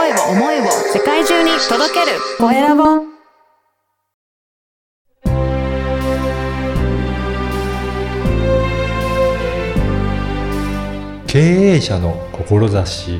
声を、思いを世界中に届けるコエラボ。 経営者の志。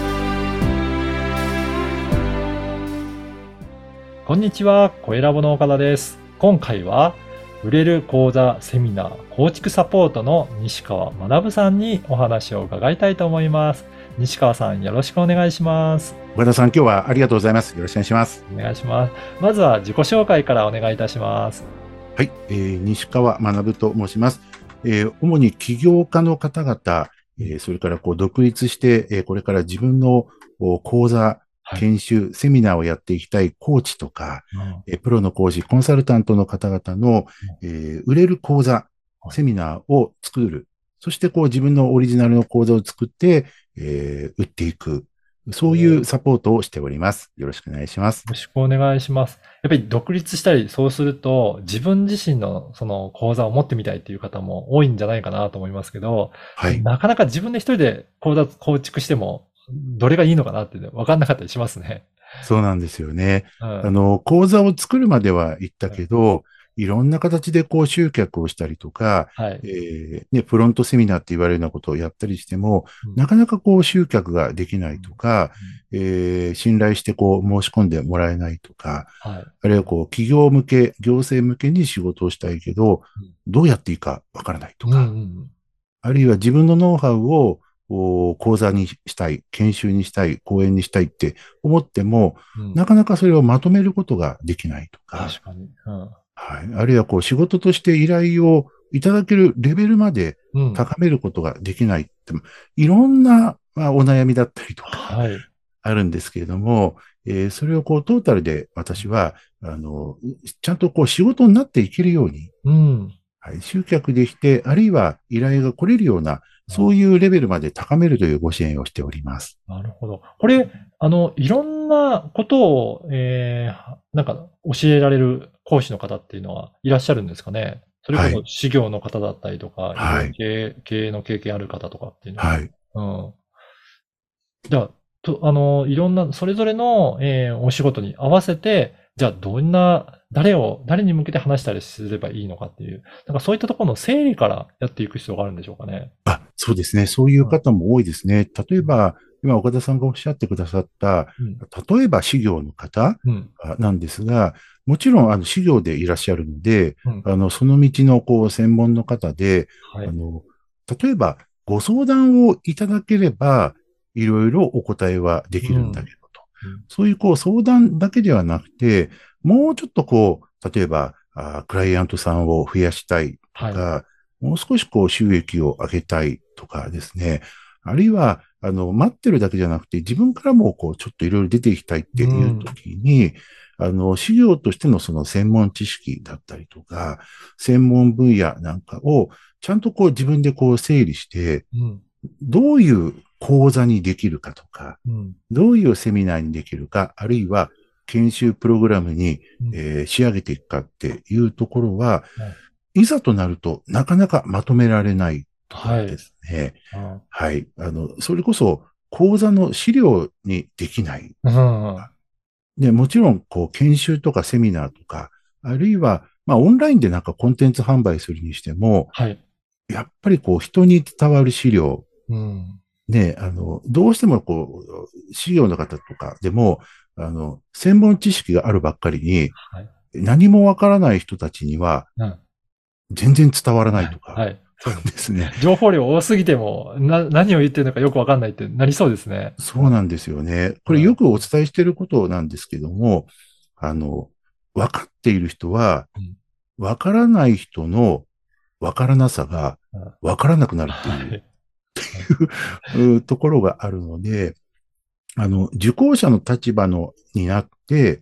こんにちは、コエラボの岡田です。今回は売れる講座、セミナー、構築サポートの西川学さんにお話を伺いたいと思います。西川さん、よろしくお願いします。 岡田さん、今日はありがとうございます。よろしくお願いします。 お願いします。まずは自己紹介からお願いいたします。 はい、西川学と申します。主に起業家の方々、それから独立して、これから自分の講座、研修、セミナーをやっていきたいコーチとか、プロの講師、コンサルタントの方々の、売れる講座、セミナーを作る。そして自分のオリジナルの講座を作って、売っていく。そういうサポートをしております。よろしくお願いします。 よろしくお願いします。やっぱり独立したり、そうすると、自分自身のその講座を持ってみたいっていう方も多いんじゃないかなと思いますけど、はい、なかなか自分で一人で講座構築しても、どれがいいのかなって分かんなかったりしますね。 そうなんですよね。講座を作るまでは言ったけど、いろんな形で集客をしたりとか、フロントセミナーって言われるようなことをやったりしても、なかなか集客ができないとか、信頼して申し込んでもらえないとか、あるいは企業向け、行政向けに仕事をしたいけど、どうやっていいかわからないとか、あるいは自分のノウハウを講座にしたい、研修にしたい、講演にしたいって思っても、なかなかそれをまとめることができないとか、 確かに。 はい。あるいは仕事として依頼をいただけるレベルまで高めることができないって、いろんな、お悩みだったりとか、あるんですけれども、それをトータルで私は、ちゃんと仕事になっていけるように、集客できて、あるいは依頼が来れるような、そういうレベルまで高めるというご支援をしております。 なるほど。これ、いろんなことを、なんか教えられる講師の方っていうのはいらっしゃるんですかね。それこそ、事業の方だったりとか、経営の経験ある方とかっていうのは。じゃあ、いろんな、それぞれの、お仕事に合わせて、じゃあ、誰に向けて話したりすればいいのかっていう、なんかそういったところの整理からやっていく必要があるんでしょうかね。 そうですね。そういう方も多いですね。例えば、今岡田さんがおっしゃってくださった、例えば事業の方なんですが、もちろん、事業でいらっしゃるので、その道の専門の方で、例えば、ご相談をいただければ、いろいろお答えはできるんだけどと。そういう相談だけではなくて、もうちょっと例えば、クライアントさんを増やしたいとか、もう少し収益を上げたいとかですね。あるいは、待ってるだけじゃなくて、自分からもちょっといろいろ出ていきたいっていう時に、事業としてのその専門知識だったりとか、専門分野なんかを、ちゃんと自分で整理して、どういう講座にできるかとか、どういうセミナーにできるか、あるいは研修プログラムに、仕上げていくかっていうところは、いざとなるとなかなかまとめられないところですね。それこそ講座の資料にできない。で、もちろん、研修とかセミナーとか、あるいは、オンラインでなんかコンテンツ販売するにしても、やっぱり人に伝わる資料、ね、どうしても資料の方とかでも、専門知識があるばっかりに、何もわからない人たちには、全然伝わらないとか、ですね。 情報量多すぎても、何を言ってるのかよくわかんないってなりそうですね。 そうなんですよね。これよくお伝えしていることなんですけども、わかっている人は、わからない人のわからなさがわからなくなるっていうところがあるので、受講者の立場になって、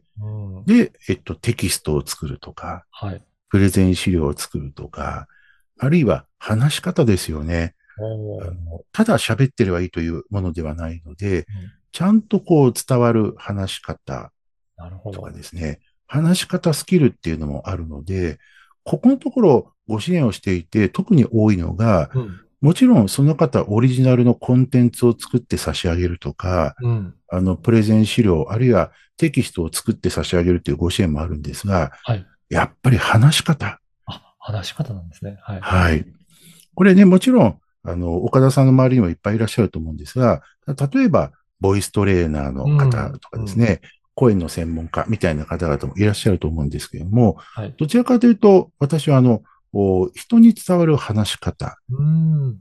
で、テキストを作るとか、プレゼン資料を作るとか、あるいは話し方ですよね。ただ喋ってればいいというものではないので、ちゃんと伝わる話し方とかですね、話し方スキルっていうのもあるので、ここのところご支援をしていて特に多いのが、 もちろんその方オリジナルのコンテンツを作って差し上げるとか、 うん。 プレゼン資料、あるいはテキストを作って差し上げるというご支援もあるんですが、 はい。 やっぱり話し方。 話し方なんですね。はい。 はい。これね、もちろん、岡田さんの周りにもいっぱいいらっしゃると思うんですが、例えば、ボイストレーナーの方うん。 とかうん。 ですね、声の専門家みたいな方々もいらっしゃると思うんですけれども、 はい。 どちらかというと、私は人に伝わる話し方、 うん。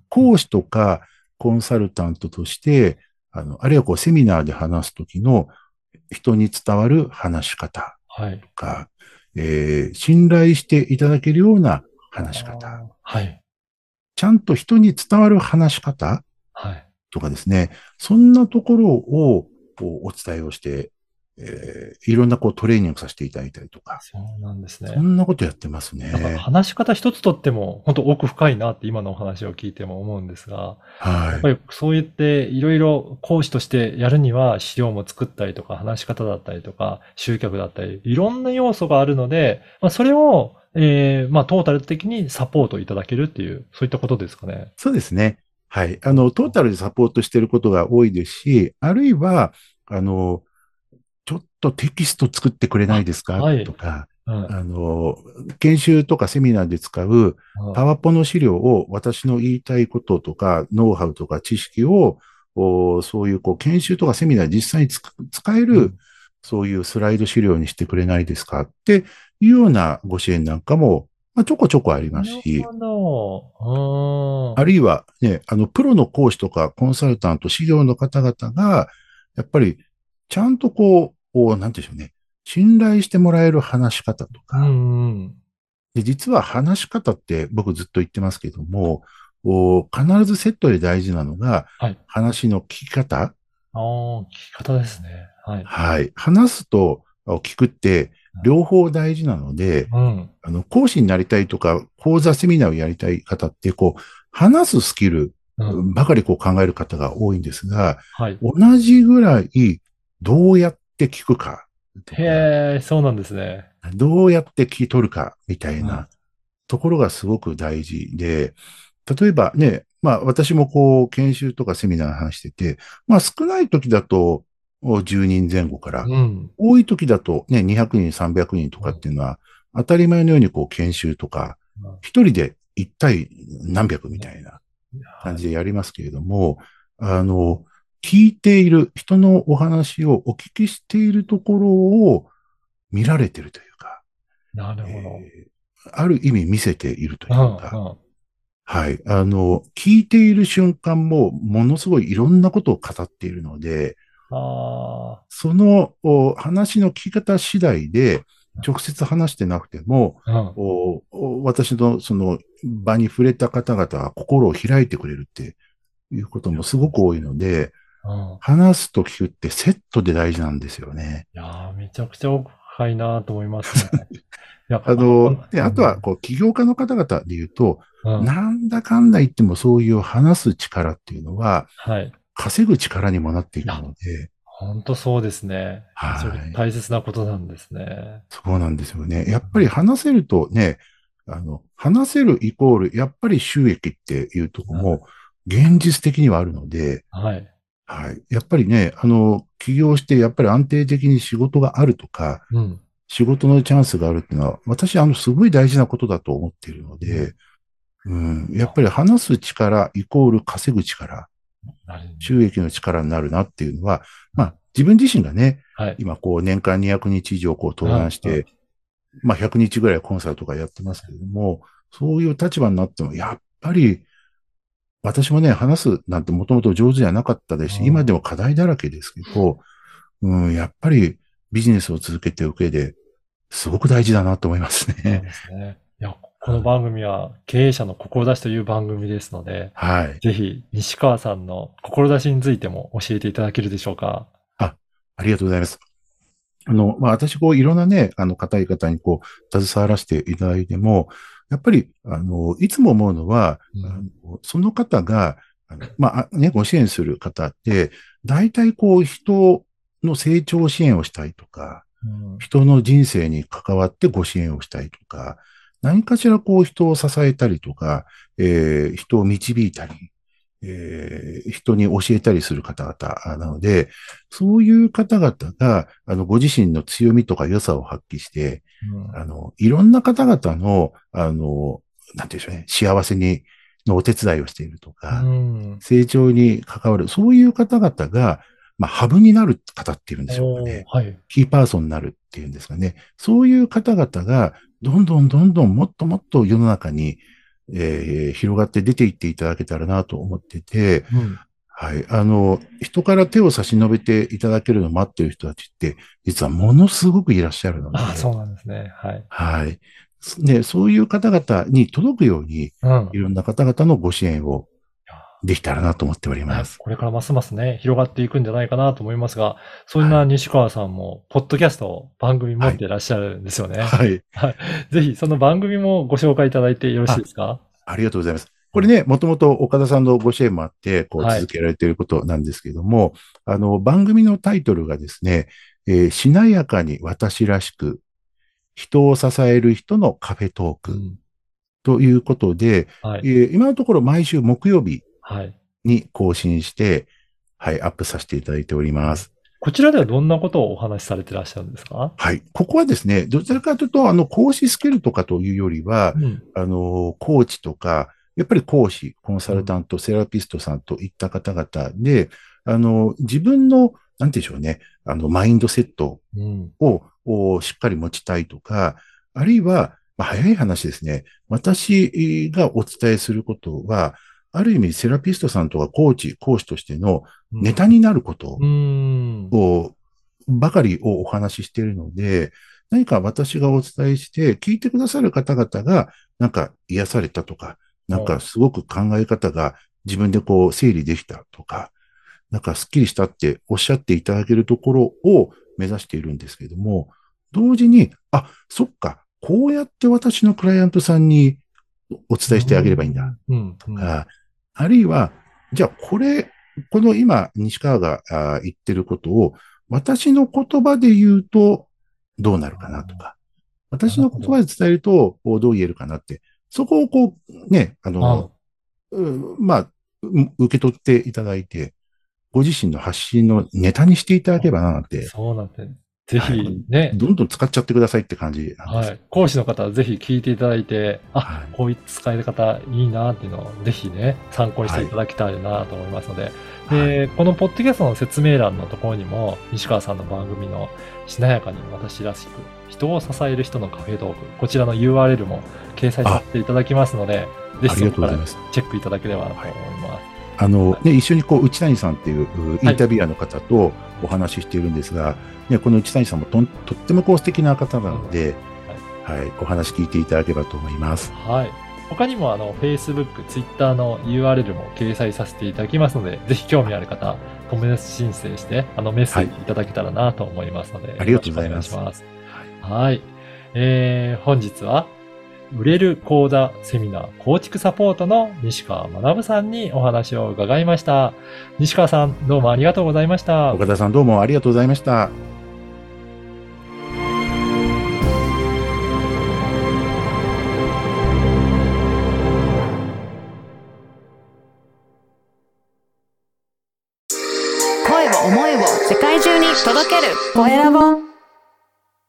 講師とかコンサルタントとして、あるいはセミナーで話すときの人に伝わる話し方はい。 とか、信頼していただけるような話し方、 はい。 ちゃんと人に伝わる話し方はい。 とかですね、そんなところをお伝えをして、いろんなトレーニングさせていただいたりとか、 そうなんですね。 そんなことやってますなんかね。 話し方一つとっても、本当奥深いなって今のお話を聞いても思うんですが、やはい。 っぱりそう言っていろいろ講師としてやるには資料も作ったりとか話し方だったりとか集客だったりいろんな要素があるので、それを、トータル的にサポートいただけるっていう、そういったことですかね。 そうですね。はい。トータルでサポートしていることが多いですし、あるいは、ちょっとテキスト作ってくれないですかはい。 とか、 うん。 あの、研修とかセミナーで使ううん。 パワポの資料を私の言いたいこととか、ノウハウとか知識を、そういう研修とかセミナーで実際に使える、 うん。 そういうスライド資料にしてくれないですかっていうようなご支援なんかも、ちょこちょこありまなすし、 るほど。 あるいはね、プロの講師とかコンサルタント、資料の方々が、やっぱり、ちゃんとなんていうんでしょうね、信頼してもらえる話し方とうん。 か、 うん。 で、実は話し方って僕ずっと言ってますけども、必ずセットで大事なのが、 はい。 話の聞き方。 聞き方ですね。はい。 はい。話すと聞くって両方大事なので、 うん。 講師になりたいとか、講座セミナーをやりたい方って、話すスキルうん。 ばかり考える方が多いんですが、 はい。 同じぐらいどうやって聞くかとか、 へえ、そうなんですね。 どうやって聞き取るかみたいうん。 なところがすごく大事で、例えばね、私も研修とかセミナー話してて、少ない時だと10人前後から、 うん。 多い時だとね、200人、300人とうん。 かっていうのは、当たり前のように研修とか、一人で一対何百みたいな感はい。 じでやりますけれども、聞いている、人のお話をお聞きしているところを見られているというか、 なるほど。 えある意味見せているとうん、 いうか、 うん。 はい。聞いている瞬間も、ものすごいいろんなことを語っているので、 あその話の聞き方次第で、直接話してなくても、 あ、うん。 私のその場に触れた方々は心を開いてくれるっていうこといや、 もすそうですね。 ごく多いので、 うん。 話すと聞くってセットで大事なんですよね。 いやー、めちゃくちゃ奥深いなと思いますね。いや、 で、あとは、起業家の方々で言うと、 うん。 なんだかんだ言ってもそういう話す力っていうのは、 はい。 稼ぐ力にもなっていくいや、 ので、 ほんとそうですね。めちゃくちゃはい。 大切なことなんですね。 そうなんですよね。やっぱり話せるとね、話せるイコール、やっぱり収益っていうところうん。 も、現実的にはあるので、 はい。 はい。やっぱりね、起業して、やっぱり安定的に仕事があるとか、 うん。 仕事のチャンスがあるっていうのは、私、すごい大事なことだと思っているのうん。 で、うん、やっぱり話す力イコール稼ぐ力、 なる収益の力になるなっていうのは、 うん。 自分自身がね、 はい。 今年間200日以上登壇うん、うん。 して、100日ぐらいコンサルとかやってますけれども、そういう立場になっても、やっぱり私もね、話すなんてもともと上手じゃなかったですし、今でも課題だらけですけど、やっぱりビジネスを続けていく上で、すごく大事だなと思いますね。 そうですね。いや、この番組は経営者の志という番組ですので、 はい。 ぜひ西川さんの志についても教えていただけるでしょうか？ ありがとうございます。私、いろんなね、固い方に携わらせていただいても、やっぱり、いつも思うのは、 うん。 その方が、ご支援する方って、大体人の成長支援をしたいとか、 うん。 人の人生に関わってご支援をしたいとか、 何かしらこう人を支えたりとか、人を導いたり、人に教えたりする方々なので、そういう方々が、ご自身の強みとか良さを発揮して、いろんな方々の、なんていうんでしょうね、幸せのお手伝いをしているとか、成長に関わる、そういう方々が、ハブになる方っていうんでしょうかね。 はい。 キーパーソンになるっていうんですかね。そういう方々が、どんどんもっともっと世の中に、広がって出ていっていただけたらなと思ってて、はい。人から手を差し伸べていただけるのを待っている人たちって、実はものすごくいらっしゃるので。 そうなんですね。はい。 はい。で、そういう方々に届くように、いろんな方々のご支援をできたらなと思っております。 これからますますね、広がっていくんじゃないかなと思いますが、そんな西川さんも、ポッドキャスト番組持っていらっしゃるんですよね。 はい。 はい。ぜひ、その番組もご紹介いただいてよろしいですか？ ありがとうございます。これね、もともと岡田さんのご支援もあって、続けられていることなんですけども、番組のタイトルがですね、しなやかに私らしく、人を支える人のカフェトークということで、今のところ毎週木曜日に更新して、はい、アップさせていただいております。 こちらではどんなことをお話しされていらっしゃるんですか？ はい。ここはですね、どちらかというと、講師スキルとかというよりは、コーチとか、やっぱり講師、コンサルタント、セラピストさんといった方々で、自分の、なんていうんでしょうね、マインドセットをしっかり持ちたいとか、あるいは、早い話ですね、私がお伝えすることは、ある意味、セラピストさんとかコーチ、講師としてのネタになることばかりをお話ししているので、何か私がお伝えして、聞いてくださる方々が、なんか癒されたとか、なんかすごく考え方が自分でこう整理できたとか、なんかスッキリしたっておっしゃっていただけるところを目指しているんですけれども、同時に、そっか、こうやって私のクライアントさんにお伝えしてあげればいいんだとか、あるいは、じゃあこの今、西川が言ってることを、私の言葉で言うとどうなるかなとか、私の言葉で伝えるとどう言えるかなって、そこをこう、ね、受け取っていただいて、ご自身の発信のネタにしていただければななんて。 そうなんです。ぜひね、 どんどん使っちゃってくださいって感じなんです。 講師の方はぜひ聞いていただいて、こういう使い方いいなっていうのをぜひね、参考にしていただきたいなと思いますので、で、このポッドキャストの説明欄のところにも、西川さんの番組のしなやかに私らしく、人を支える人のカフェトーク、こちらの URL も掲載させていただきますので、ぜひそこからチェックいただければと思います。 一緒に内谷さんっていうインタビュアーの方とお話ししているんですが、この内谷さんもとっても素敵な方なので、お話聞いていただければと思います。 他にもFacebook、Twitter の URL も掲載させていただきますので、ぜひ興味ある方、友達申請して、メッセージいただけたらなと思いますので、 ありがとうございます。 本日は、売れる講座セミナー構築サポートの西川学さんにお話を伺いました。西川さん、どうもありがとうございました。 岡田さん、どうもありがとうございました。 声を思いを世界中に届けるコエラボ。